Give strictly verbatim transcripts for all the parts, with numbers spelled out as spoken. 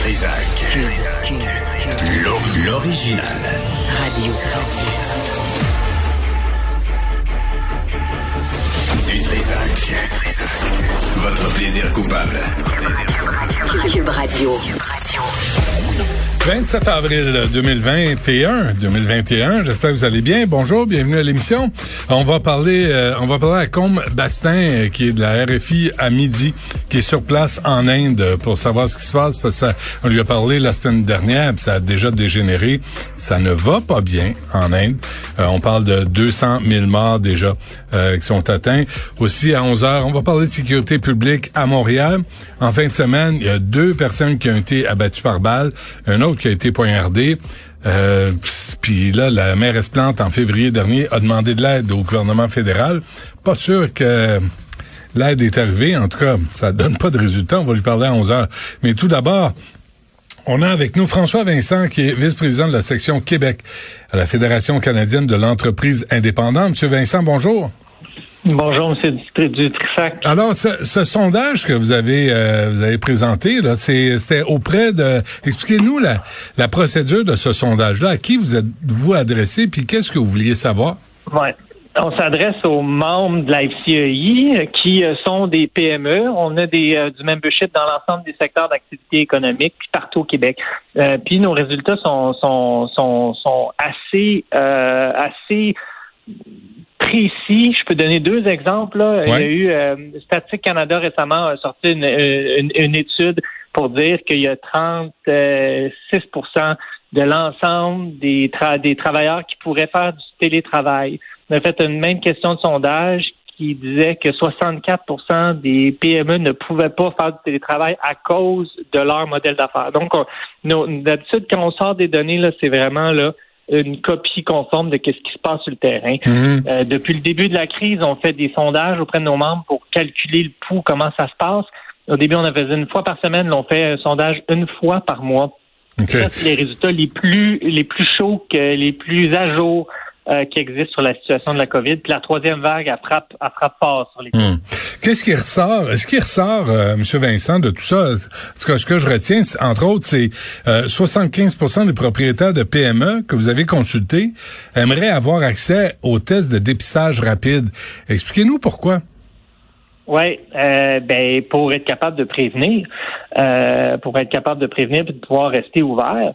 Trisac. L'original. Radio. Du Trisac. Votre plaisir coupable. Cube Radio. vingt-sept avril deux mille vingt et un, deux mille vingt et un. J'espère que vous allez bien. Bonjour, bienvenue à l'émission. On va parler, euh, on va parler à Combe Bastin, euh, qui est de la R F I à midi, qui est sur place en Inde pour savoir ce qui se passe. Parce que ça, on lui a parlé la semaine dernière, puis ça a déjà dégénéré. Ça ne va pas bien en Inde. Euh, on parle de deux cent mille morts déjà euh, qui sont atteints. Aussi à onze heures, on va parler de sécurité publique à Montréal. En fin de semaine, il y a deux personnes qui ont été abattues par balle. Un autre qui a été poignardé. Euh, puis là, la mairesse Plante, en février dernier, a demandé de l'aide au gouvernement fédéral. Pas sûr que l'aide est arrivée. En tout cas, ça donne pas de résultat. On va lui parler à onze heures. Mais tout d'abord, on a avec nous François Vincent, qui est vice-président de la section Québec à la Fédération canadienne de l'entreprise indépendante. Monsieur Vincent, bonjour. Bonjour, Monsieur Dutrisac. Alors, ce, ce sondage que vous avez euh, vous avez présenté, là, c'est, c'était auprès de... Expliquez-nous la, la procédure de ce sondage-là. À qui vous êtes-vous adressé, puis qu'est-ce que vous vouliez savoir? Ouais. On s'adresse aux membres de la F C E I qui euh, sont des P M E. On a des euh, du membership dans l'ensemble des secteurs d'activité économique partout au Québec. Euh, puis nos résultats sont sont sont, sont assez euh, assez précis. Je peux donner deux exemples. Là. Ouais. Il y a eu euh, Statistique Canada récemment a sorti une, une, une étude pour dire qu'il y a trente-six pour cent de l'ensemble des, tra- des travailleurs qui pourraient faire du télétravail. On a fait une même question de sondage qui disait que soixante-quatre pour cent des P M E ne pouvaient pas faire du télétravail à cause de leur modèle d'affaires. Donc, on, nos, d'habitude, quand on sort des données, là, c'est vraiment là une copie conforme de ce qui se passe sur le terrain. Mm-hmm. Euh, depuis le début de la crise, on fait des sondages auprès de nos membres pour calculer le pouls, comment ça se passe. Au début, on en faisait une fois par semaine. Là, on fait un sondage une fois par mois. Okay. Ça, c'est les résultats les plus les plus chauds, que, les plus à jour euh, qui existent sur la situation de la COVID. Puis la troisième vague, elle frappe, elle frappe fort sur les cas. Hum. Qu'est-ce qui ressort? Est-ce qui ressort, euh, M. Vincent, de tout ça? En tout cas, ce que je retiens, entre autres, c'est euh, soixante-quinze pour cent des propriétaires de P M E que vous avez consultés aimeraient avoir accès aux tests de dépistage rapide. Expliquez-nous pourquoi. Oui, euh, ben pour être capable de prévenir, euh, pour être capable de prévenir et de pouvoir rester ouvert.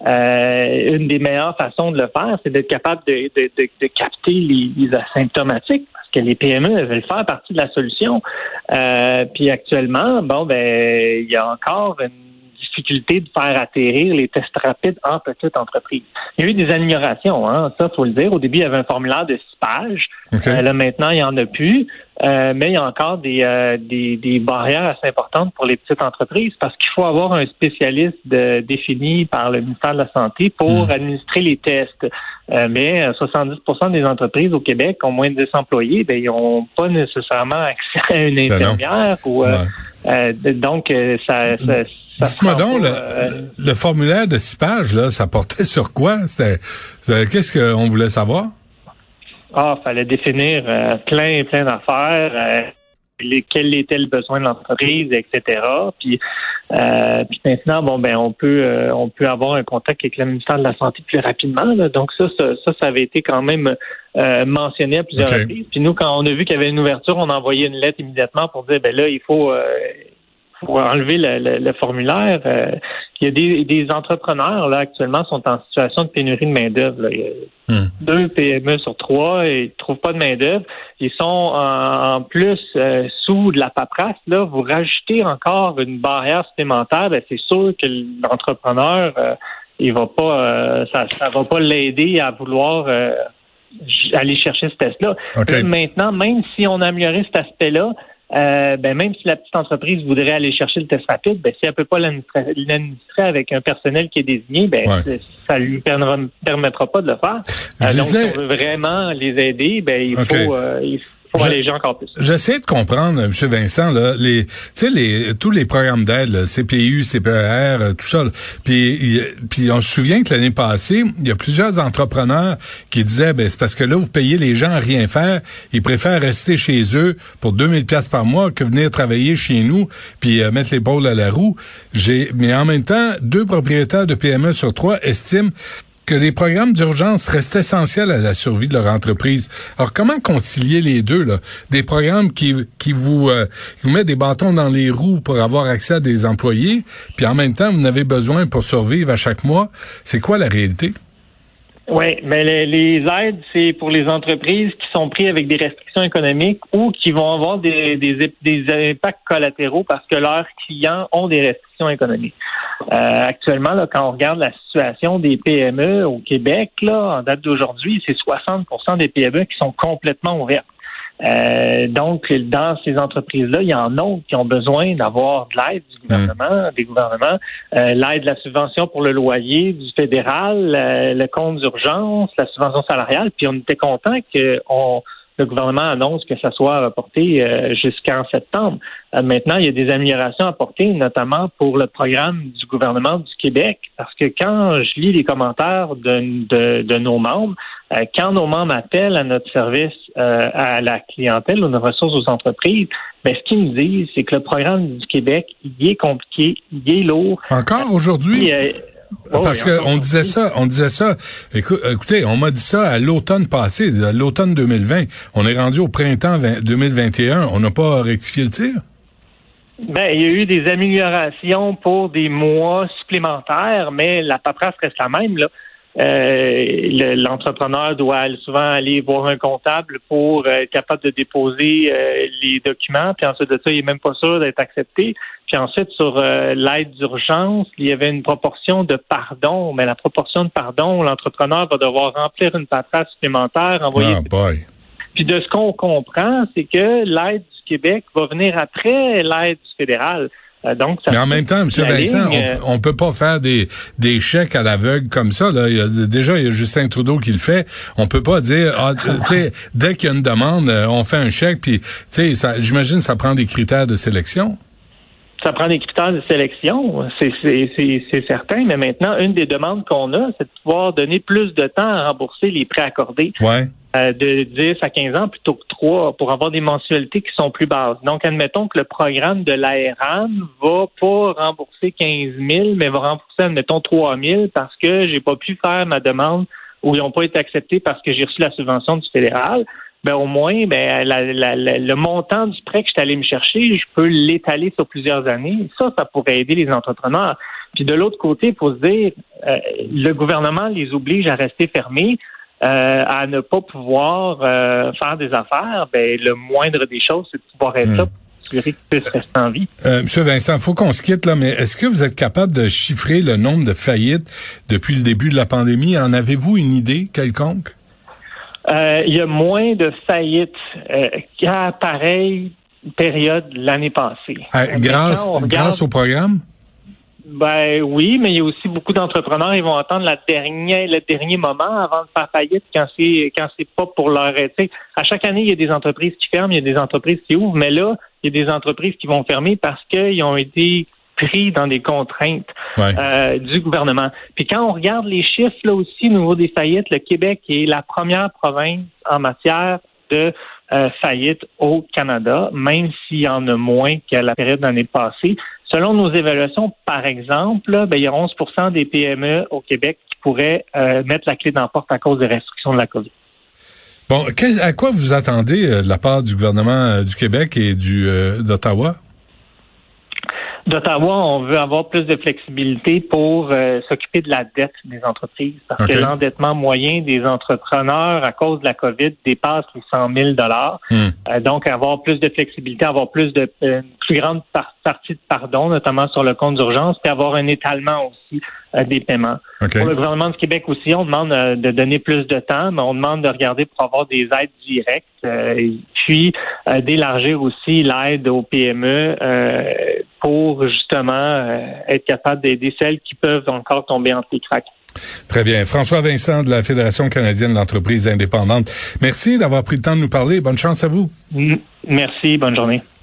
Euh, une des meilleures façons de le faire, c'est d'être capable de, de, de, de capter les, les asymptomatiques, parce que les P M E veulent faire partie de la solution. Euh, puis actuellement, bon, ben il y a encore une difficulté de faire atterrir les tests rapides en petite entreprise. Il y a eu des améliorations, hein, ça faut le dire. Au début, il y avait un formulaire de six pages. Okay. Euh, là, maintenant, il n'y en a plus. Euh, mais il y a encore des, euh, des, des barrières assez importantes pour les petites entreprises parce qu'il faut avoir un spécialiste de, défini par le ministère de la Santé pour mmh. administrer les tests. Euh, mais soixante-dix pour cent des entreprises au Québec ont moins de dix employés, ben ils n'ont pas nécessairement accès à une infirmière. Ben ou, euh, ouais. euh, donc, ça... ça Ça Dites-moi donc, le, euh, le formulaire de six pages, là, ça portait sur quoi? C'était, c'était qu'est-ce qu'on voulait savoir? Ah, fallait définir euh, plein, plein d'affaires, euh, les, quel était le besoin de l'entreprise, et cetera. Puis, euh, puis maintenant, bon, ben, on peut, euh, on peut avoir un contact avec le ministère de la Santé plus rapidement. Là. Donc ça, ça, ça, ça avait été quand même euh, mentionné à plusieurs okay. reprises. Puis nous, quand on a vu qu'il y avait une ouverture, on a envoyé une lettre immédiatement pour dire, ben là, il faut euh, pour enlever le, le, le formulaire. Euh, il y a des, des entrepreneurs là actuellement sont en situation de pénurie de main-d'œuvre. Il y a hmm. deux P M E sur trois et ils ne trouvent pas de main-d'œuvre. Ils sont en, en plus euh, sous de la paperasse. Là, vous rajoutez encore une barrière supplémentaire, ben, c'est sûr que l'entrepreneur euh, il va pas euh, ça, ça va pas l'aider à vouloir euh, aller chercher ce test-là. Okay. Maintenant, même si on a amélioré cet aspect-là, Euh, ben même si la petite entreprise voudrait aller chercher le test rapide, ben si elle peut pas l'administrer, l'administrer avec un personnel qui est désigné, ben ouais. ça lui permettra pas de le faire. Euh, donc, si on veut vraiment les aider, ben il okay. faut euh, il pour Je, alléger encore plus. J'essaie de comprendre, M. Vincent, là, les, tu sais, les, tous les programmes d'aide, là, C P U, C P E R, tout ça. Là, puis, puis on se souvient que l'année passée, il y a plusieurs entrepreneurs qui disaient, ben c'est parce que là, vous payez les gens à rien faire. Ils préfèrent rester chez eux pour deux mille piastres par mois que venir travailler chez nous puis euh, mettre l'épaule à la roue. J'ai, mais en même temps, deux propriétaires de P M E sur trois estiment que les programmes d'urgence restent essentiels à la survie de leur entreprise. Alors, comment concilier les deux, là? Des programmes qui, qui vous, euh, qui vous mettent des bâtons dans les roues pour avoir accès à des employés, puis en même temps, vous en avez besoin pour survivre à chaque mois. C'est quoi la réalité? Oui, mais les, les aides, c'est pour les entreprises qui sont prises avec des restrictions économiques ou qui vont avoir des, des, des impacts collatéraux parce que leurs clients ont des restrictions économiques. Euh, actuellement, là, quand on regarde la situation des P M E au Québec, là, en date d'aujourd'hui, c'est soixante pour cent des P M E qui sont complètement ouvertes. Euh, donc, dans ces entreprises-là, il y en a qui ont besoin d'avoir de l'aide du gouvernement, mmh. des gouvernements, euh, l'aide de la subvention pour le loyer du fédéral, euh, le compte d'urgence, la subvention salariale. Puis on était content que on, le gouvernement annonce que ça soit reporté euh, jusqu'en septembre. Euh, maintenant, il y a des améliorations apportées, notamment pour le programme du gouvernement du Québec, parce que quand je lis les commentaires de, de, de nos membres, euh, quand nos membres appellent à notre service euh, à la clientèle ou nos ressources aux entreprises, ben, ce qu'ils me disent, c'est que le programme du Québec, il est compliqué, il est lourd. Encore aujourd'hui? Euh, Parce oh, oui, que on disait ça, on disait ça. Écoute, écoutez, on m'a dit ça à l'automne passé, à l'automne deux mille vingt. On est rendu au printemps deux mille vingt et un. On n'a pas rectifié le tir? Ben, il y a eu des améliorations pour des mois supplémentaires, mais la paperasse reste la même, là. Euh, le, l'entrepreneur doit souvent aller voir un comptable pour être capable de déposer euh, les documents, puis ensuite de ça, il est même pas sûr d'être accepté. Puis ensuite, sur euh, l'aide d'urgence, il y avait une proportion de pardon, mais la proportion de pardon, l'entrepreneur va devoir remplir une paperasse supplémentaire, envoyer. Oh boy. Puis de ce qu'on comprend, c'est que l'aide du Québec va venir après l'aide du fédéral. Donc, ça mais en même temps, M. Vincent, ligne, on, on peut pas faire des des chèques à l'aveugle comme ça. Là, il y a, déjà, il y a Justin Trudeau qui le fait. On peut pas dire, ah, tu sais, dès qu'il y a une demande, on fait un chèque. Puis, tu sais, ça, j'imagine, ça prend des critères de sélection. Ça prend des critères de sélection, c'est, c'est, c'est, c'est certain. Mais maintenant, une des demandes qu'on a, c'est de pouvoir donner plus de temps à rembourser les prêts accordés. Ouais. Euh, de dix à quinze ans plutôt que trois pour avoir des mensualités qui sont plus basses. Donc, admettons que le programme de l'A R A N va pas rembourser quinze mille, mais va rembourser, admettons, trois mille parce que j'ai pas pu faire ma demande ou ils n'ont pas été acceptés parce que j'ai reçu la subvention du fédéral. Ben, au moins, ben, la, la, la, le montant du prêt que je suis allé me chercher, je peux l'étaler sur plusieurs années. Ça, ça pourrait aider les entrepreneurs. Puis de l'autre côté, il faut se dire, euh, le gouvernement les oblige à rester fermés. Euh, à ne pas pouvoir euh, faire des affaires, ben le moindre des choses, c'est de pouvoir être mmh. là pour assurer qu'ils puissent rester en vie. Euh, Monsieur Vincent, il faut qu'on se quitte là, mais est-ce que vous êtes capable de chiffrer le nombre de faillites depuis le début de la pandémie? En avez-vous une idée quelconque? Euh, il y a moins de faillites euh, qu'à pareille période l'année passée. Euh, grâce, regarde, grâce au programme? Ben oui, mais il y a aussi beaucoup d'entrepreneurs, ils vont attendre la dernière, le dernier moment avant de faire faillite quand c'est quand c'est pas pour leur été. À chaque année, il y a des entreprises qui ferment, il y a des entreprises qui ouvrent, mais là, il y a des entreprises qui vont fermer parce qu'ils ont été pris dans des contraintes ouais. euh, du gouvernement. Puis quand on regarde les chiffres là aussi au niveau des faillites, le Québec est la première province en matière de euh, faillite au Canada, même s'il y en a moins qu'à la période de l'année passée. Selon nos évaluations, par exemple, là, ben, il y a onze pour cent des P M E au Québec qui pourraient euh, mettre la clé dans la porte à cause des restrictions de la COVID. Bon, à quoi vous attendez euh, de la part du gouvernement euh, du Québec et du euh, d'Ottawa? D'Ottawa, on veut avoir plus de flexibilité pour euh, s'occuper de la dette des entreprises parce okay. que l'endettement moyen des entrepreneurs à cause de la COVID dépasse les cent mille dollars. Mm. Euh, donc, avoir plus de flexibilité, avoir plus de euh, une plus grande par- partie de pardon, notamment sur le compte d'urgence, puis avoir un étalement aussi euh, des paiements. Okay. Pour le gouvernement du Québec aussi, on demande euh, de donner plus de temps, mais on demande de regarder pour avoir des aides directes, euh, puis euh, d'élargir aussi l'aide aux P M E euh, pour justement euh, être capable d'aider celles qui peuvent encore tomber entre les cracks. Très bien. François Vincent de la Fédération canadienne d'entreprises indépendantes. Merci d'avoir pris le temps de nous parler. Bonne chance à vous. Merci. Bonne journée.